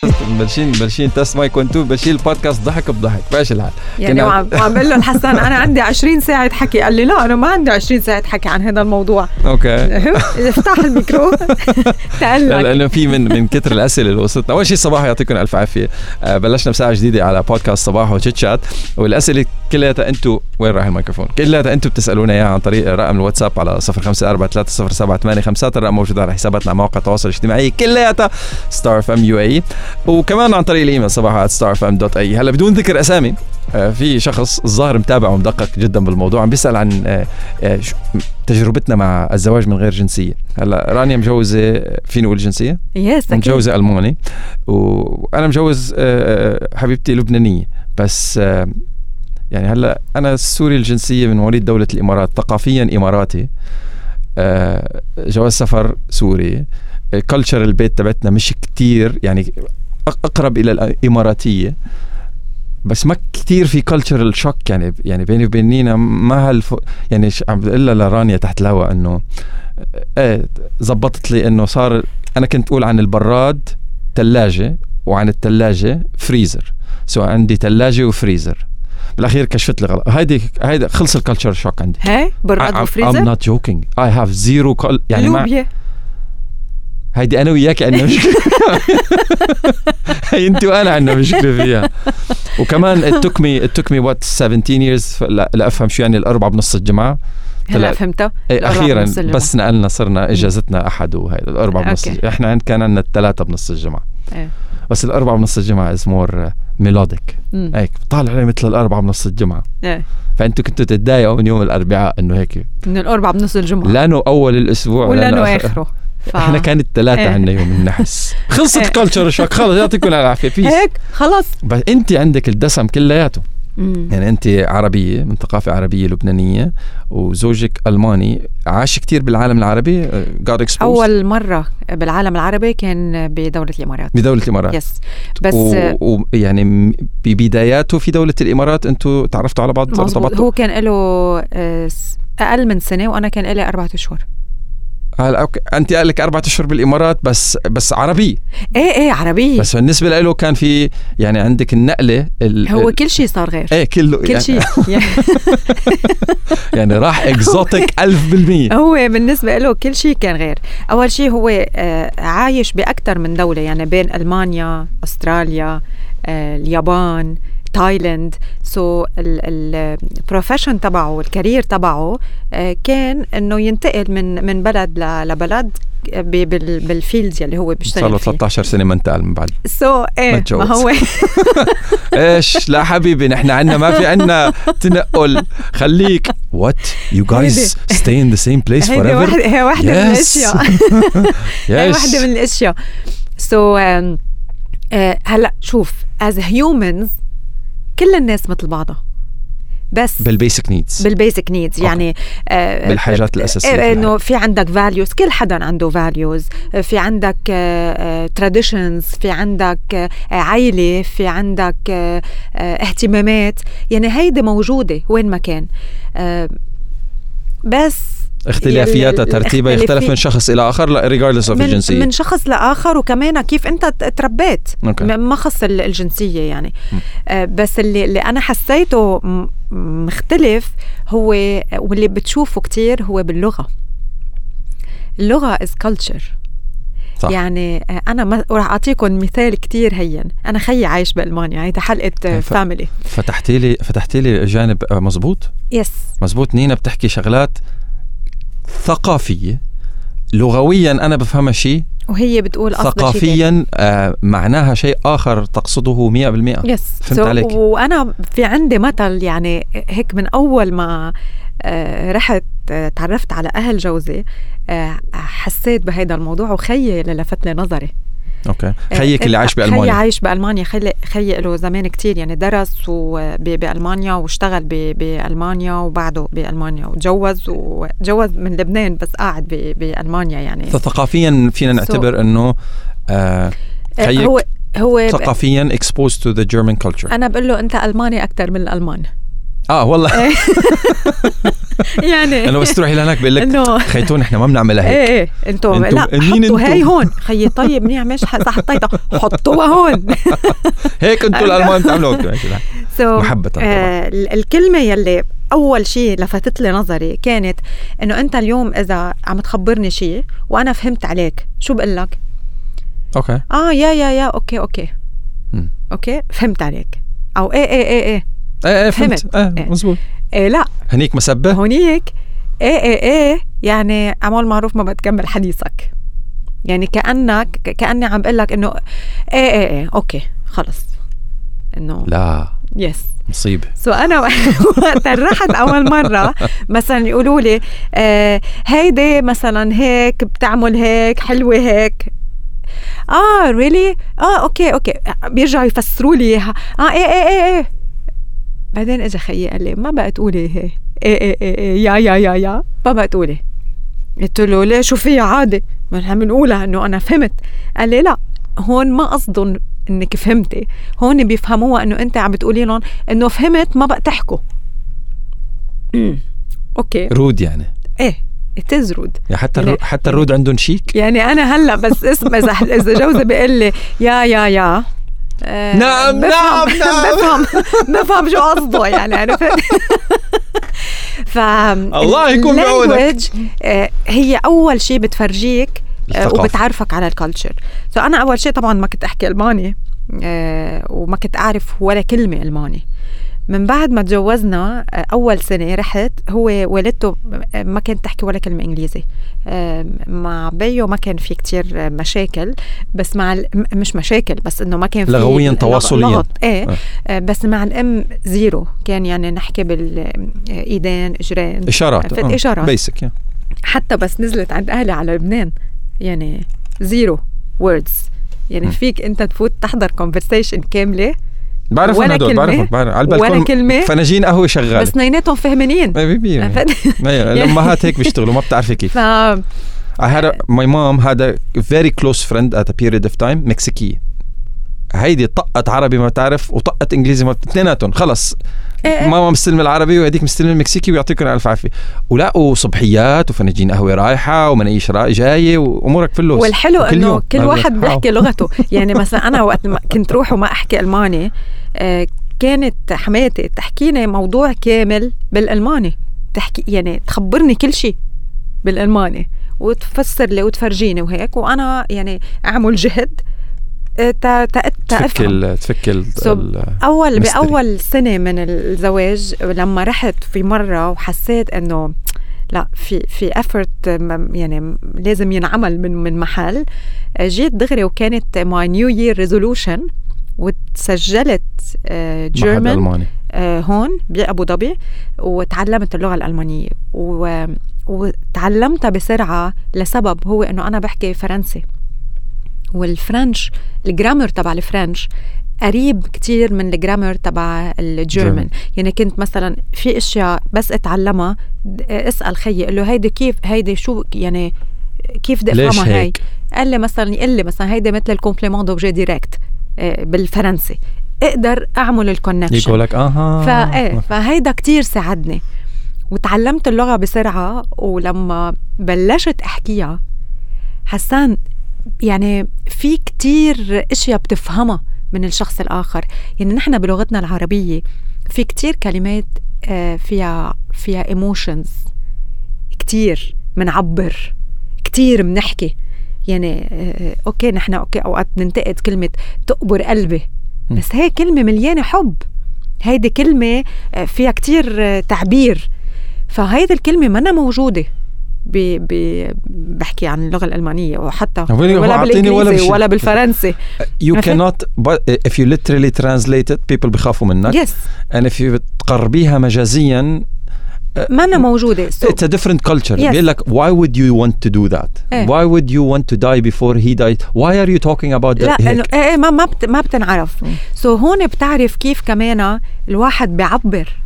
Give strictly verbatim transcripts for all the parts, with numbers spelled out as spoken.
بلشين بلشين تست مايك وانتو بلشين البودكاست ضحك بضحك باش الحال يعني وعم بقول له الحسن انا عندي عشرين ساعه حكي. قال لي لا انا ما عندي عشرين ساعه حكي عن هذا الموضوع. اوكي افتح الميكرو تقلك. لانه في من من كتر الاسئله اللي وصلتنا. اول شيء صباح يعطيكم الف عافيه. بلشنا بساعه جديده على بودكاست صباح وتشات شات والاسئله كلها انتو وين راح الميكروفون كلها انتو بتسالونا اياها عن طريق رقم الواتساب على صفر خمسة أربعة ثلاثة صفر سبعة ثمانية خمسة. الرقم موجود على حساباتنا على مواقع التواصل الاجتماعي كلها ستار اف ام يو اي وكمان عن طريق الايميل صباح ستار اف ام دوت اي. هلا بدون ذكر اسامي في شخص الظاهر متابع ومدقق جدا بالموضوع عم بيسال عن تجربتنا مع الزواج من غير جنسيه. هلا رانيا مجوزه فينا نقول جنسيه يس متجوزه الماني وانا مجوز حبيبتي لبنانيه بس يعني هلا انا سوري الجنسيه من مواليد دوله الامارات ثقافيا اماراتي جواز سفر سوري. كلتشر البيت تبعتنا مش كتير يعني اقرب الى الاماراتيه بس ما كتير في كلتشرال شوك يعني يعني بيني وبيننا ما هالف يعني عم بقول لرانيا تحت الهواء انه ايه زبطت لي انه صار انا كنت اقول عن البراد ثلاجه وعن الثلاجه فريزر سو عندي ثلاجه وفريزر بالاخير كشفت لي غلط. هيدي هيدا خلص الكلتشر شوك عندي. هي براد وفريزر I'm not joking I have zero col- يعني ما هيدي انا وياك عندنا مشكله. هي انت وانا عندنا مشكله فيها. وكمان التكمي التكمي وات سبعتاشر years لا, لا افهم شو يعني الاربعه بنص الجمعه. هلا فهمتها ايه اخيرا بس نقلنا صرنا اجازتنا احد وهيدا الاربعه بنص. احنا عند كان عندنا الثلاثه بنص الجمعه ايه. بس الاربعه بنص الجمعه اسمور ميلوديك هيك طالع عليه مثل الاربعه بنص الجمعه ايه. فانتوا كنتوا تتضايقوا من يوم الاربعاء انه هيك من الاربعه بنص الجمعه لانه اول الاسبوع ولا انه اخره. ف... احنا كانت ثلاثة ايه. عندنا يوم النحس خلصت الكالتشر شوك خلص يعطيكم العافية بيس هيك خلص. بس انت عندك الدسم كلياته يعني انت عربية من ثقافة عربية لبنانية وزوجك ألماني عاش كتير بالعالم العربي God exposed. أول مرة بالعالم العربي كان بدولة الإمارات بدولة الإمارات يس بس ويعني ببداياته في دولة الإمارات انتوا تعرفتوا على بعض ارتبطتوا؟ هو كان له أقل من سنة وأنا كان لي أربعة أشهر. هلا اوكي انت قال لك أربعة اشهر بالامارات بس بس عربي ايه ايه عربي بس بالنسبه له كان في يعني عندك النقله ال... هو كل شيء صار غير ايه كله كل يعني شيء يعني راح اكزوتيك ألف بالمية. هو بالنسبه له كل شيء كان غير. اول شيء هو آه عايش باكثر من دوله يعني بين المانيا استراليا آه اليابان تايلاند. سو البروفيشن تبعه والكارير تبعه كان انه ينتقل من من بلد لبلد بالفيلد اللي هو بيشتغل فيه. صار له ثلاثة عشر سنه ما انتقل من بعد. سو so, ايه ما هو ايش لا حبيبي نحن عندنا ما في عندنا تنقل خليك what you guys stay in the same place forever. هي واحده من الاشياء هي واحده من الاشياء. سو so, uh, uh, هلا شوف as humans كل الناس مثل بعضها بس بالبيسك نيدز بالبيسك نيدز يعني آه بالحاجات الأساسية انه في عندك values كل حدا عنده values في عندك آه traditions في عندك آه عائلة في عندك آه اهتمامات يعني هيدي موجودة وين ما كان آه بس اختلافياتها ترتيبها يختلف من شخص إلى آخر لا regardless of الجنسية من شخص لآخر وكمان كيف أنت تربيت ما خص الجنسية يعني آه بس اللي, اللي أنا حسيته مختلف هو واللي بتشوفه كتير هو باللغة. اللغة is culture صح. يعني أنا ما راح أعطيكم مثال كتير هين. أنا خيي عايش بألمانيا هيدا حلقة فاميلي فتحتي لي فتحتي لي جانب مزبوط يس مزبوط. نينا بتحكي شغلات ثقافية لغويا أنا بفهمها شيء وهي بتقول ثقافيا آه معناها شيء آخر تقصده مية بالمئة. يس فهمت so عليك. وأنا في عندي مثل يعني هيك من أول ما آه رحت آه تعرفت على أهل جوزي آه حسيت بهذا الموضوع وخيي اللي لفت لي نظري. اوكي خيك اللي عايش بألمانيا خيي عايش بألمانيا خي خيي له زمان كتير يعني درس بألمانيا واشتغل بألمانيا وبعده بألمانيا وتجوز وتجوز من لبنان بس قاعد بألمانيا يعني. فثقافيا فينا نعتبر انه آه خيك هو هو ثقافيا exposed to the German culture. انا بقول له انت ألماني اكثر من الألمان اه والله يعني انا بس تروحي لهناك بقول لك خيتون احنا ما بنعملها هيك. ايه انتوا لا حطوا هاي هون خيي. طيب منيح ماشي حطيتها حطوها هون هيك انتوا الالمان بتعملوا so, محبه طبعا. آه الكلمه يلي اول شيء لفتت لي نظري كانت انه انت اليوم اذا عم تخبرني شيء وانا فهمت عليك شو بقول لك؟ اوكي اه يا يا يا اوكي اوكي م. اوكي فهمت عليك او ايه ايه ايه ايه ايه ايه فهمت ايه مزبوط. ايه لا هنيك مسبة هونيك ايه ايه ايه يعني عمول معروف ما بتكمل حديثك. يعني كأنك كأني عم بقول لك انه ايه ايه ايه اوكي خلص انه لا يس مصيبة. سو أنا وقت رحت أول مرة مثلا يقولوا لي آه هيدي مثلا هيك بتعمل هيك حلوة هيك آه really آه أوكي أوكي بيرجعوا يفسروا لي إياها آه إيه إيه إيه إيه بعدين إجا خيي قال لي ما بقى تقولي هي إيه إيه إيه إيه يا يا يا يا ما بقى تقولي. قلت له ليه شو فيها عادي ما نحن بنقولها إنه أنا فهمت. قال لي لا هون ما قصدهم انك فهمتي هون بيفهموها انه انت عم بتقولي لهم انه فهمت ما بقى تحكوا. امم اوكي رود يعني ايه تزرود يعني حتى يعني حتى الرود عندهم شيك. يعني انا هلا بس اسم اذا اذا جوزي بيقول لي يا يا يا آه نعم نعم نعم بفهم بفهم شو قصده يعني عرفت. ف الله يكون بعونك. آه هي اول شيء بتفرجيك وبتعرفك على الكالتشر. سو أنا أول شيء طبعا ما كنت أحكي ألماني أه وما كنت أعرف ولا كلمة ألماني. من بعد ما تجوزنا أول سنة رحت هو والدته ما كانت تحكي ولا كلمة إنجليزي. أه مع بيو ما كان في كتير مشاكل بس مع مش مشاكل بس إنه ما كان في لغويا تواصليا إيه أه. بس مع الأم زيرو كان يعني نحكي بالإيدين إجرين إشارات أه. إشارات بيسك يعني. حتى بس نزلت عند أهلي على لبنان يعني زيرو ووردز يعني م. فيك انت تفوت تحضر كونفرسيشن كامله بعرف ولا كلمه بعرف بعرف على ولا كلمه فناجين قهوه شغاله بس نيناتهم فهمانين. الامهات هيك بيشتغلوا ما بتعرفي كيف. ف I had a, my mom had a very close friend at a period of time مكسيكية. هيدي طقت عربي ما بتعرف وطقت انجليزي ما اثنيناتهم خلص. إيه ماما مستلم العربي وهديك مستلم المكسيكي ويعطيكم الف عافيه. ولاقوا صبحيات وفناجين قهوه رايحه ومناقيش جايه وامورك في اللوس. والحلو انه كل واحد بيحكي لغته. يعني مثلا انا وقت ما كنت روح وما احكي الماني آه كانت حماتي تحكيني موضوع كامل بالالماني تحكي يعني تخبرني كل شيء بالالماني وتفسر لي وتفرجيني وهيك وانا يعني اعمل جهد تفكل تفكل اول باول سنه من الزواج لما رحت في مره وحسيت انه لا في في effort يعني لازم ينعمل من من محل جيت دغري وكانت ماي نيو يير ريزولوشن وتسجلت جيرمان هون بأبو ظبي وتعلمت اللغه الالمانيه وتعلمتها بسرعه لسبب هو انه انا بحكي فرنسي والفرنش الجرامر تبع الفرنش قريب كتير من الجرامر تبع الجيرمان. يعني كنت مثلا في اشياء بس اتعلمها اسال خيي قال له هيدي كيف هيدي شو يعني كيف بدي افهمها هي. قال لي مثلا يقول لي مثلا هيدي مثل الكومبليمون دوبجي ديريكت بالفرنسي اقدر اعمل الكونكشن يقول لك اها فايه فهيدا كتير ساعدني وتعلمت اللغه بسرعه. ولما بلشت احكيها حسان يعني في كتير اشياء بتفهمها من الشخص الآخر. يعني نحن بلغتنا العربية في كتير كلمات فيها فيها emotions كتير منعبر كتير منحكي. يعني أوكي نحن أوكي أوقات ننتقد كلمة تقبر قلبي بس هي كلمة مليانة حب. هيدي كلمة فيها كتير تعبير. فهيدي الكلمة منا موجودة ب ب بحكي عن اللغة الألمانية وحتى ولا بالإنجليزي ولا بالفرنسي. You cannot but if you literally translate it people بيخافوا منك. Yes. and if you تقربيها مجازيا ما أنا موجودة. So it's a different culture. بيقول لك why would you want to do that? إيه. Why would you want to die before he died? Why are you talking about that? لا إيه ما ما بت ما بتنعرف. so هون بتعرف كيف كمان الواحد بيعبر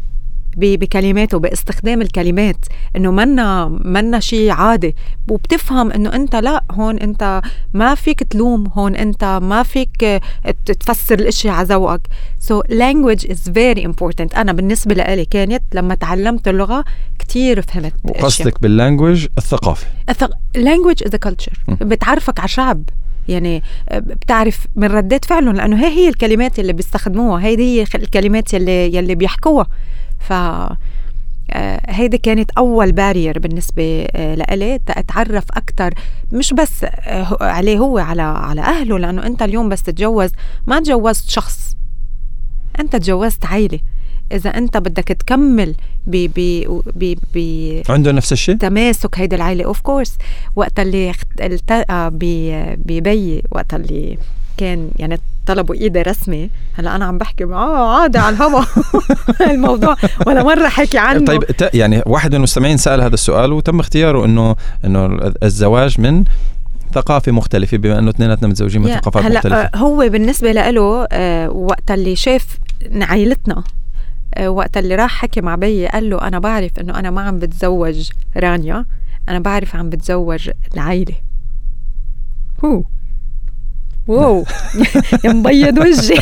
بكلماته باستخدام الكلمات انه منا منا شيء عادي وبتفهم انه انت لا هون انت ما فيك تلوم هون انت ما فيك تفسر الاشياء على ذوقك. so language is very important. انا بالنسبه لي كانت لما تعلمت اللغه كتير فهمت. وقصدك باللانجويج الثقافه؟ الثق... language is a culture. بتعرفك على شعب يعني بتعرف من ردات فعلهم لانه هي هي الكلمات اللي بيستخدموها هي هي الكلمات يلي يلي بيحكوها. ف هيدي كانت أول بارير بالنسبة لإلي تتعرف أكتر مش بس عليه هو على على أهله لأنه أنت اليوم بس تتجوز ما تجوزت شخص أنت تجوزت عائلة. إذا أنت بدك تكمل ب ب ب ب عنده نفس الشيء تماسك هيدا العائلة أوف كورس. وقت اللي التقى ببي وقت اللي كان يعني طلبوا إيدي رسمي هلا أنا عم بحكي معاه عادي على الهوا الموضوع ولا مرة حكي عنه. طيب يعني واحد من المستمعين سأل هذا السؤال وتم اختياره إنه إنه الزواج من ثقافة مختلفة بما إنه اثنيناتنا متزوجين من ثقافات هلا مختلفة. هو بالنسبة له وقت اللي شاف عائلتنا وقت اللي راح حكي مع بي قال له أنا بعرف إنه أنا ما عم بتزوج رانيا أنا بعرف عم بتزوج العائلة. هو واو يا مبيض وجهي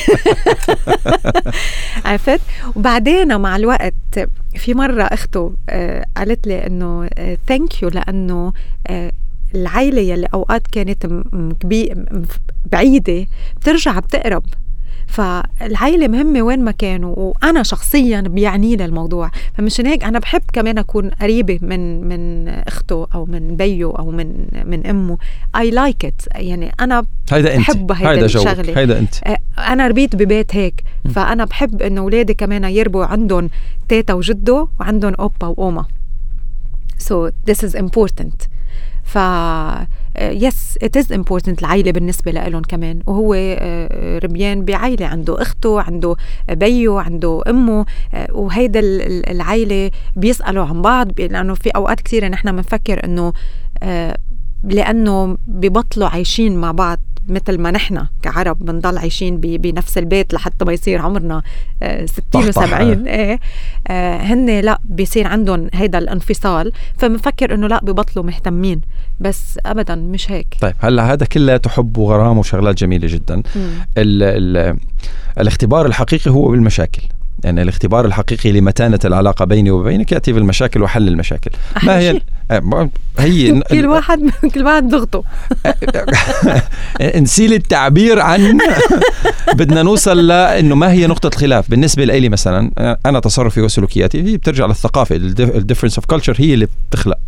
عرفت. وبعدين مع الوقت في مرة أخته قالت لي إنه ثانك يو لأنه العائلة يلي أوقات كانت بعيدة بترجع بتقرب. فالعائلة مهمة وين ما كانوا وأنا شخصيا بيعني لي الموضوع. فمشان هيك أنا بحب كمان أكون قريبة من من أخته أو من بيو أو من من أمه. I like it يعني أنا بحب هيدا الشغلة. هيدا أنت. أنا ربيت ببيت هيك م. فأنا بحب إنه أولادي كمان يربوا عندهم تيتا وجدو وعندهم أوبا وأوما. so this is important. ف يس it is important العائلة بالنسبة لهم كمان. وهو ربيان بعائلة عنده أخته عنده بيو عنده أمه وهيدا العائلة بيسألوا عن بعض لأنه في أوقات كثيرة نحن منفكر أنه لأنه ببطلوا عايشين مع بعض مثل ما نحن كعرب بنضل عايشين بنفس البيت لحتى ما يصير عمرنا ستين وسبعين. ايه آه هن لا بيصير عندهم هيدا الانفصال فمفكر انه لا ببطلوا مهتمين بس ابدا مش هيك. طيب هلا هذا كله تحب وغرام وشغلات جميلة جدا. ال ال الاختبار الحقيقي هو بالمشاكل. يعني الاختبار الحقيقي لمتانة العلاقة بيني وبينك يأتي بالمشاكل وحل المشاكل. ما هي هي كل واحد كل واحد ضغطه نسيل التعبير عن بدنا نوصل لأنه ما هي نقطة الخلاف. بالنسبة لي مثلا أنا تصرفي وسلوكياتي هي بترجع للثقافة. الديفرنس اوف كلتشر هي اللي بتخلق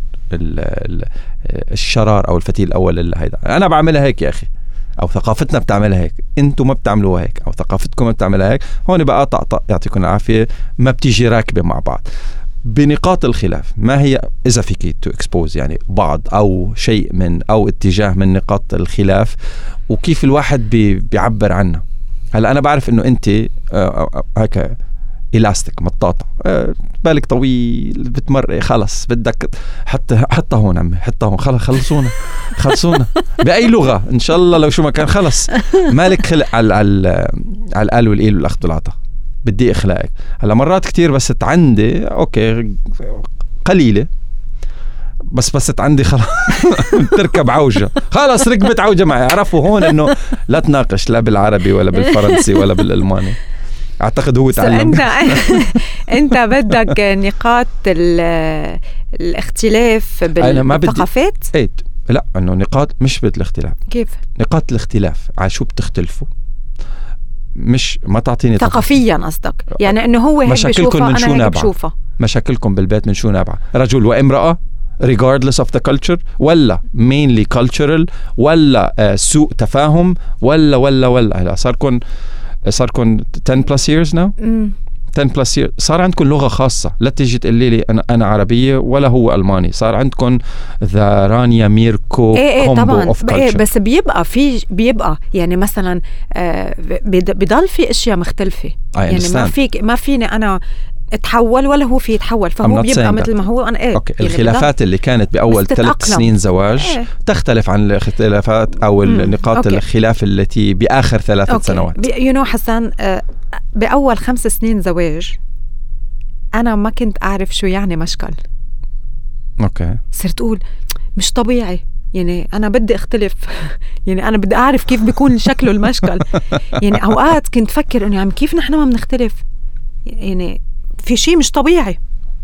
الشرار أو الفتيل الأول اللي هيدا أنا بعملها هيك يا أخي أو ثقافتنا بتعملها هيك أنتم ما بتعملوها هيك أو ثقافتكم ما بتعملها هيك. هون بقى طقطق يعطيكم العافية ما بتيجي راكبة مع بعض. بنقاط الخلاف ما هي إذا فيك تو اكسبوز يعني بعض أو شيء من أو اتجاه من نقاط الخلاف وكيف الواحد بي بيعبر عنها. هلا أنا بعرف إنه أنت هيك إلاستيك مطاطة بالك طويل بتمر خلص بدك حتى حتى هون عمي حتى هون خلص خلصونا خلصونا بأي لغة إن شاء الله لو شو ما كان خلص مالك خلق على على على القال والإيل والأخذ والعطاء بدي إخلاقك. هلا مرات كتير بس عندي أوكي قليلة بس بس عندي خلاص تركب عوجة خلاص ركبت عوجة معي. عرفوا هون إنه لا تناقش لا بالعربي ولا بالفرنسي ولا بالألماني. أعتقد هو تعلم. أنت أنت بدك نقاط الاختلاف بالثقافات؟ إيه لا إنه نقاط مش بالاختلاف. كيف؟ نقاط الاختلاف على شو بتختلفوا مش ما تعطيني ثقافيا قصدك يعني إنه هو هيك بشوفه أنا هيك بشوفه. مشاكلكم بالبيت من شو نابعة؟ رجل وامرأة regardless of the culture ولا mainly cultural ولا uh, سوء تفاهم ولا ولا ولا هلا صاركم صاركم ten plus years now مم. ten plus years صار عندكم لغة خاصة. لا تيجي تقولي لي أنا أنا عربية ولا هو ألماني. صار عندكم ذا رانيا ميركو إيه combo طبعاً. of culture. إيه بس بيبقى في بيبقى يعني مثلا آه بضل في أشياء مختلفة يعني ما فيك ما فيني أنا اتحول ولا هو في يتحول فهو بيبقى مثل ما هو. أنا إيه أوكي. يعني الخلافات اللي كانت بأول ثلاث سنين زواج إيه؟ تختلف عن الاختلافات أو النقاط الخلاف التي بآخر ثلاثة أوكي. سنوات. يو نو حسن آه بأول خمس سنين زواج أنا ما كنت أعرف شو يعني مشكل. أوكي. صرت أقول مش طبيعي، يعني أنا بدي أختلف يعني أنا بدي أعرف كيف بيكون شكله المشكل. يعني أوقات كنت فكر إنه يعني كيف نحن ما بنختلف، يعني في شيء مش طبيعي.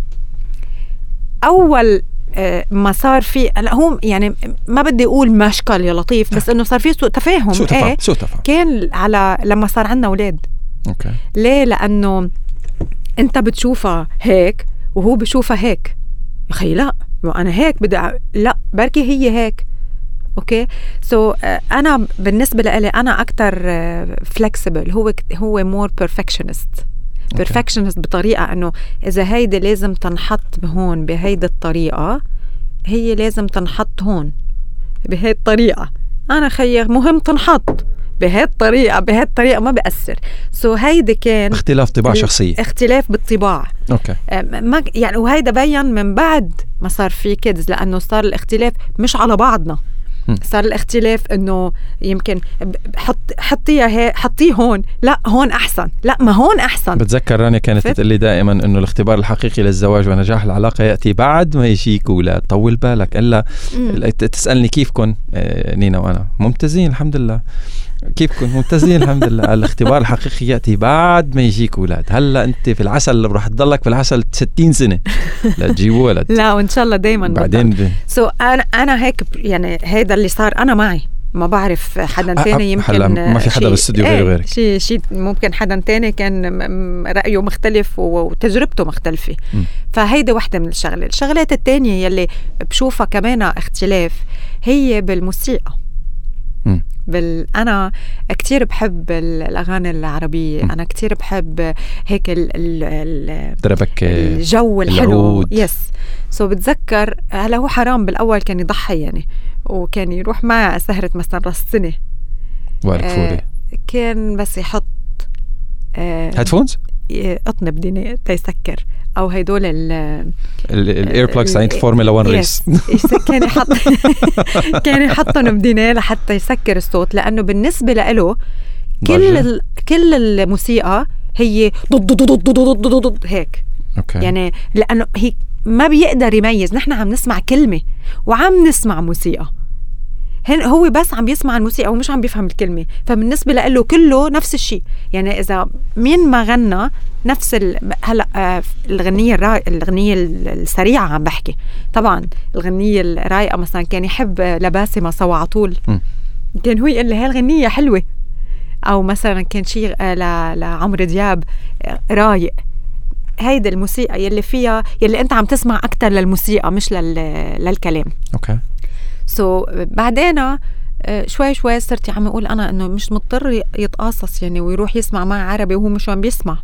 أول ما صار في هلا هو يعني ما بدي اقول مشكل يا لطيف، بس انه صار في سوء تفاهم. سوء تفاهم. ايه سوء تفاهم كان على لما صار عندنا اولاد. اوكي. ليه؟ لانه انت بتشوفها هيك وهو بشوفها هيك. يا اخي لا انا هيك بدي أ... لا بركي هي هيك. اوكي سو so, uh, انا بالنسبه لي انا اكثر فلكسبل. uh, هو هو مور بيرفكشنست. بيرفكشنست بطريقه انه اذا هيدي لازم تنحط هون بهيدي الطريقه، هي لازم تنحط هون بهي الطريقه. انا خيي مهم تنحط بهي الطريقه، بهي الطريقه ما بيأثر. سو so, هيدي كان اختلاف طباع شخصيه، اختلاف بالطباع. اوكي. ما يعني وهيدا بين من بعد ما صار في كيدز، لانه صار الاختلاف مش على بعضنا. صار الاختلاف انه يمكن حط حطيها هي حطيه هون، لا هون احسن، لا ما هون احسن. بتذكر رانيا كانت تقول لي دائما انه الاختبار الحقيقي للزواج ونجاح العلاقه ياتي بعد ما يجيك ولا طول بالك الا م. تسالني كيفكم نينا وانا ممتازين الحمد لله. كيفكم ممتازين الحمد لله. الاختبار الحقيقي ياتي بعد ما يجيك اولاد. هلا انت في العسل رح تضلك في العسل ستين سنه لا تجيبوا ولد. لا وان شاء الله دايما بعدين سو so, انا انا هيك يعني هيدا اللي صار انا معي. ما بعرف حدا تاني يمكن ما في حدا بالاستوديو غير غيرك. شيء شيء ممكن حدا تاني كان رأيه مختلف وتجربته مختلفة. م. فهيدا واحدة من الشغلات. الشغلات التانية يلي بشوفها كمان اختلاف هي بالموسيقى. م. بال... أنا كتير بحب الأغاني العربية. م. أنا كتير بحب هيك ال... ال... دربك الجو الحلو. يس سو so بتذكر هلا هو حرام بالأول كان يضحي يعني، وكان يروح مع سهرة مثلا راس السنة آه كان بس يحط آه هيدفونز قطن بدينة تيسكر أو هيدول ال الايربلاكس تاعت الفورمولا واحد ريس. كان يحط كان يحطهم بدينة لحتى يسكر الصوت، لأنه بالنسبة له كل ال... كل الموسيقى هي ضد ضد ضد ضد ضد هيك. أوكي. يعني لأنه هي ما بيقدر يميز. نحن عم نسمع كلمة وعم نسمع موسيقى، هو بس عم يسمع الموسيقى ومش عم بيفهم الكلمة. فبالنسبة له كله نفس الشيء. يعني إذا مين ما غنى نفس ال... هلا آه الغنية الرا... الغنية السريعة عم بحكي طبعا. الغنية الرايقة مثلا كان يحب لباسمة سوا على طول. م. كان هو يقول لي هاي الغنية حلوة. أو مثلا كان شيء آه ل... لعمرو دياب آه رايق. هيدا الموسيقى يلي فيها يلي أنت عم تسمع أكتر للموسيقى مش لل... للكلام. أوكي. سو so, بعدين شوي شوي صرت عم أقول أنا إنه مش مضطر يتقاصص يعني ويروح يسمع مع عربي وهو مش عم بيسمع.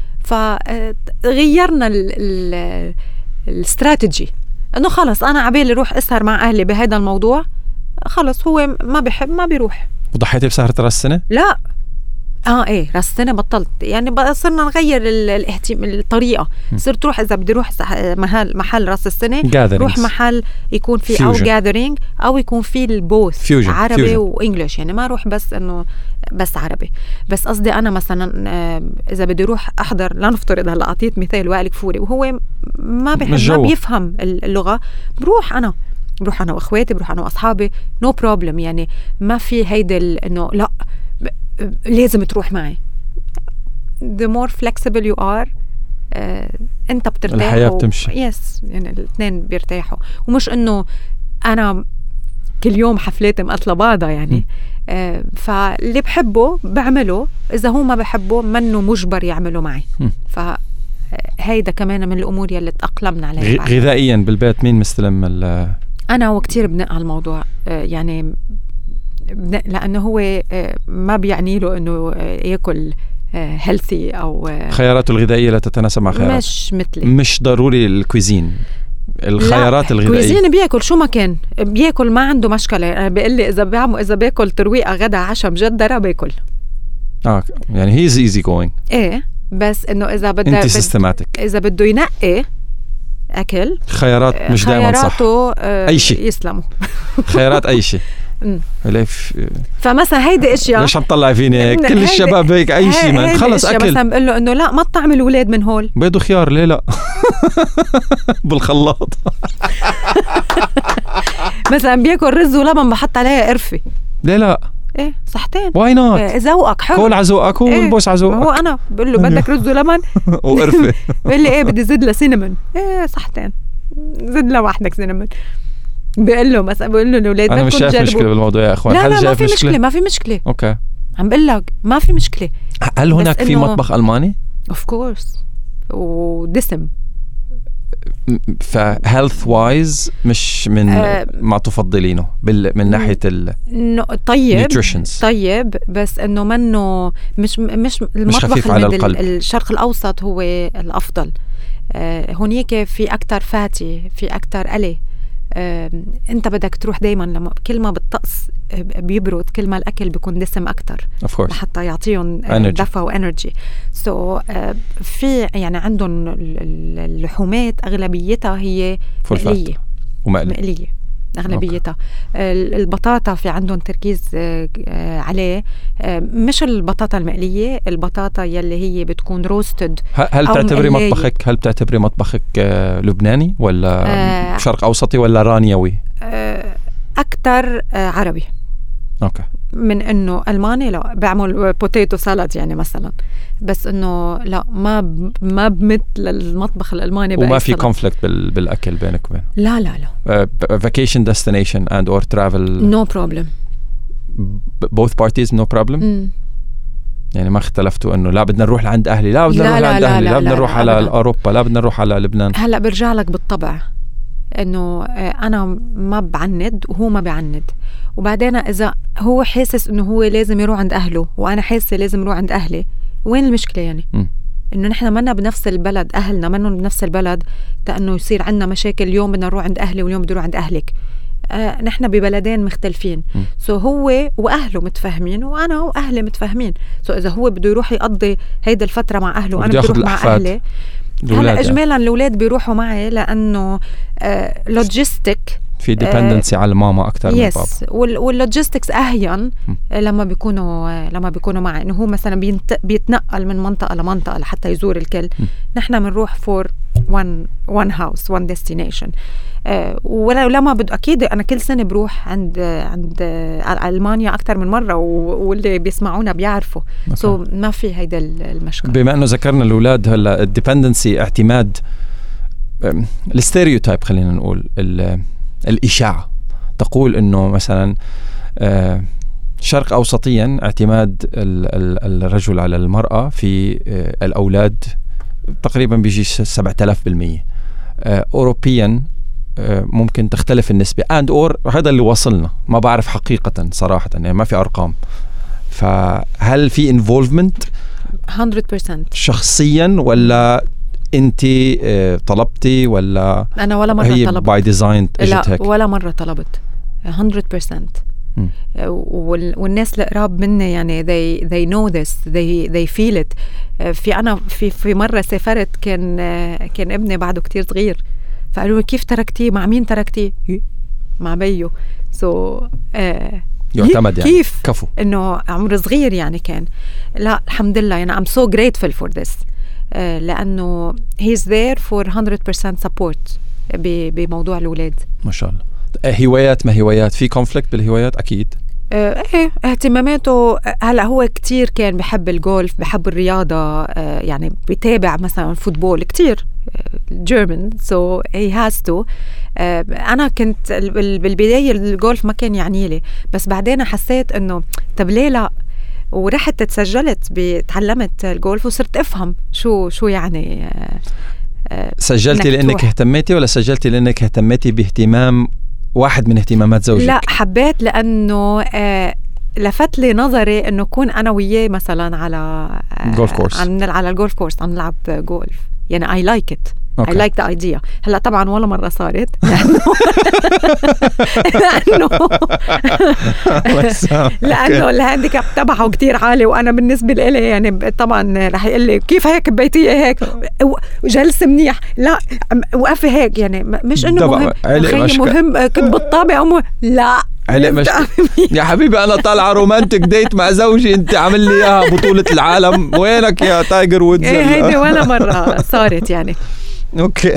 فغيرنا الاستراتيجي إنه خلص أنا عبالي روح أسهر مع أهلي بهذا الموضوع. خلص هو ما بيحب ما بيروح. وضحيتي بسهرة راس السنة؟ لا اه ايه راس السنه بطلت يعني. صرنا نغير الاهتمام الطريقه. صرت روح اذا بدي روح محل محل راس السنه روح محل يكون فيه Fusion. او جاذرينج او يكون فيه البوث Fusion. عربي Fusion. وانجليش. يعني ما روح بس انه بس عربي. بس قصدي انا مثلا اذا بدي روح احضر لنفترض هلا اعطيت مثال وائل كفوري وهو ما بيحب ما بيفهم اللغه، بروح انا بروح انا واخواتي بروح انا واصحابي نو no بروبلم. يعني ما في هيدا انه لا لازم تروح معي. the more flexible you are uh, انت بترتاح الحياة بتمشي. يس يعني الاثنين بيرتاحوا. ومش انه انا كل يوم حفلاتي مقتلة بعضها يعني. uh, فاللي بحبه بعمله، اذا هو ما بحبه منه مجبر يعمله معي. فهيدا كمان من الامور يلي تأقلمنا عليها. غذائيا بالبيت مين مستلم انا وكتير بنقع الموضوع. uh, يعني لأنه هو ما بيعني له إنه يأكل هيلثي أو خياراته الغذائية لا تتناسب مع خيارات. مش مثلي. مش ضروري الكويزين. الخيارات الغذائية الكويزين بيأكل شو ما كان بيأكل ما عنده مشكلة. بيقول لي إذا بعمل إذا بيأكل ترويقة غدا عشاء مجدرة بيأكل. آه يعني هي easy going. إيه بس إنه إذا بده أنت systematic. إذا بده ينقي أكل خيارات مش دائما صح. خياراته أي شيء يسلموا. خيارات أي شيء. ليش فمثلا هيدي اشياء ليش عم تطلع فيني كل الشباب هيك اي شيء من خلص اكل مثلا بقول له انه لا ما تطعم الاولاد من هول بيض وخيار ليه لا بالخلاط مثلا بياكل رز ولبن بحط عليها قرفه ليه لا ايه صحتين واي نوت إيه ذوقك حلو كل عزوقك والبوس عزوقك هو انا بقول له بدك رز ولبن وقرفه بقول لي ايه بدي زد له سينمون ايه صحتين زد له واحدك سينمون بقول له مثلا بقول له الاولاد انا مش شايف مشكله بالموضوع يا اخوان لا لا ما في مشكله؟ مشكله ما في مشكله اوكي عم بقول لك ما في مشكله هل هناك في مطبخ الماني اوف كورس ودسم فهيلث وايز مش من آه ما تفضلينه بال من ناحيه ال طيب طيب بس انه منه مش مش المطبخ على القلب. الشرق الاوسط هو الافضل آه هنيك في اكتر فاتي في اكتر قلي آه، انت بدك تروح دايما لما كل ما بالطقس بيبرد كل ما الاكل بيكون دسم اكتر لحتى يعطيهم دفى وانرجي سو so, uh, في يعني عندهم اللحومات اغلبيتها هي مقليه ومقليه اغلبيتها البطاطا في عندهم تركيز عليه مش البطاطا المقليه البطاطا يلي هي بتكون روستد هل تعتبري مطبخك هل بتعتبري مطبخك لبناني ولا آه شرق اوسطي ولا رانيوي اكثر عربي اوكي من انه الماني لا بعمل بوتيتو سالاد يعني مثلا بس انه لا ما ب... ما بمثل المطبخ الالماني وما في كونفليكت بال... بالاكل بينك وبين لا لا لا فاكيشن ديستنيشن اند اور ترافل نو بروبلم both parties no problem م. يعني ما اختلفتوا انه لا بدنا نروح لعند اهلي لا بدنا نروح لعند اهلي لا, لا, لا بدنا نروح على اوروبا لا بدنا نروح على لبنان هلا برجع لك بالطبع انه انا ما بعند وهو ما بعند وبعدين اذا هو حاسس انه هو لازم يروح عند اهله وانا حاسه لازم يروح عند اهلي وين المشكله يعني م. انه نحن منا بنفس البلد اهلنا منهم بنفس البلد لانه يصير عندنا مشاكل اليوم بدنا نروح عند اهلي واليوم بدي اروح عند اهلك آه نحن ببلدين مختلفين سو so هو واهله متفاهمين وانا واهلي متفاهمين سو so اذا هو بده يروح يقضي هيدا الفتره مع اهله وانا بدي اروح مع اهلي هلا اجمالا الاولاد بيروحوا معي لانه آه لوجيستيك في ديبندنسي آه على ماما اكثر من بابا وال واللوجيستكس اهين لما بيكونوا لما بيكونوا معي انه هو مثلا بيتنقل من منطقه لمنطقه لحتى يزور الكل نحن بنروح فور وان وان هاوس وان ديستنيشن ولا لما بد اكيد انا كل سنه بروح عند عند المانيا اكثر من مره واللي بيسمعونا بيعرفوا سو so ما في هيدا المشكله بما انه ذكرنا الاولاد هلا الديبندنسي اعتماد الستيريوتايب خلينا نقول الإشاعة تقول إنه مثلا شرق أوسطيا اعتماد الرجل على المرأة في الأولاد تقريبا بيجي سبعة آلاف بالمية أوروبيا ممكن تختلف النسبة and or هذا اللي وصلنا ما بعرف حقيقة صراحة يعني ما في أرقام فهل في involvement مية بالمية شخصيا ولا انت طلبتي ولا انا ولا مره هي طلبت باي ديزاين لا هيك؟ ولا مره طلبت مية بالمية والناس القراب مني يعني they they know this they they feel it في انا في في مره سافرت كان كان ابني بعده كتير صغير فقالوا لي كيف تركتيه مع مين تركتيه مع بيو سو so, uh, يعتمد يعني كيف كفو انه عمر صغير يعني كان لا الحمد لله يعني I'm so grateful for this لأنه he's there for مية بالمية support بموضوع الأولاد ما شاء الله هوايات ما هوايات في كونفليكت بالهوايات أكيد ايه اهتماماته هلا هو كتير كان بحب الجولف بحب الرياضة يعني بيتابع مثلا فوتبول كتير German so he has to أنا كنت بالبداية الجولف ما كان يعني لي بس بعدين حسيت إنه طب ليه لا ورحت تسجلت بتعلمت الجولف وصرت افهم شو شو يعني آه سجلتي لانك اهتميتي ولا سجلتي لانك اهتميتي باهتمام واحد من اهتمامات زوجك؟ لا حبيت لانه آه لفت لي نظري انه كون انا وياه مثلا على جولف كورس على الجولف كورس عم نلعب جولف يعني I like it I like the idea. هلا طبعا ولا مرة صارت لأنه لأنه الهانديكاب تبعه كتير عالي، وأنا بالنسبة لي يعني طبعا رح يقول لي كيف هيك ببيتية هيك وجلس منيح، لا وقفي هيك يعني مش إنه مهم خيي مهم كنت بالطابع أمه لا مش... يا حبيبي أنا طالعة رومانتك ديت مع زوجي، أنت عامل لي إياها بطولة العالم، وينك يا تايجر وودز؟ إيه هيدي ولا مرة صارت يعني. أوكي.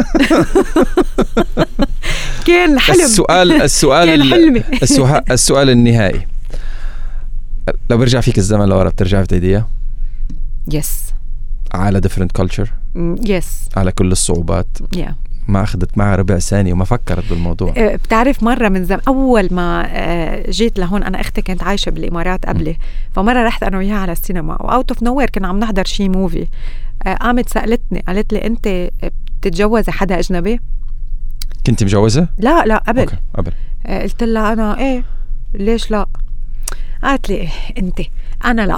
كان حلم. السؤال السؤال السؤال السؤال النهائي، لو برجع فيك الزمن لورا بترجع بتيديها؟ يس. على different culture. يس. على كل الصعوبات. yeah. ما أخذت معها ربع ثانية وما فكرت بالموضوع. بتعرف مرة من زمان أول ما جيت لهون، أنا أختي كانت عايشة بالإمارات قبلي، فمرة رحت أنا وياها على السينما وأوت أوف نوير كنا عم نحضر شي موفي، قامت سألتني قالت لي أنت بتتجوزي حدا أجنبي؟ كنت مجوزة؟ لا لا قبل. أوكي. قبل. قلت لها أنا إيه ليش لا؟ قالت لي إيه أنت؟ أنا لا.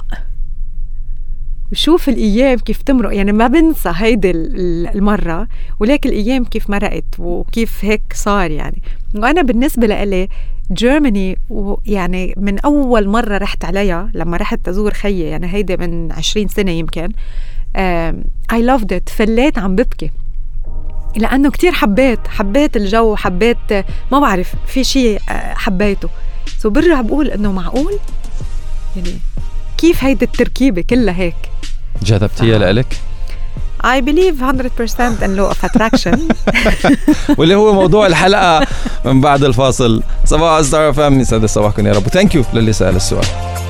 وشوف الأيام كيف تمرق، يعني ما بنسى هيدي المرة، ولكن الأيام كيف مرقت وكيف هيك صار يعني. وأنا بالنسبة لإلي جيرماني يعني من أول مرة رحت عليها لما رحت تزور خيي، يعني هيدي من عشرين سنة يمكن. I loved it. فليت عم ببكي لأنه كتير حبيت حبيت الجو، حبيت ما بعرف في شيء حبيته. سو برجع بقول إنه معقول يعني كيف هيدي التركيبة كلها هيك جذبتيها لإلك؟ I believe one hundred percent in law of attraction. واللي هو موضوع الحلقة من بعد الفاصل. صباح الستار فام، يسعد صباحكم يا رب. Thank you للي سأل السؤال.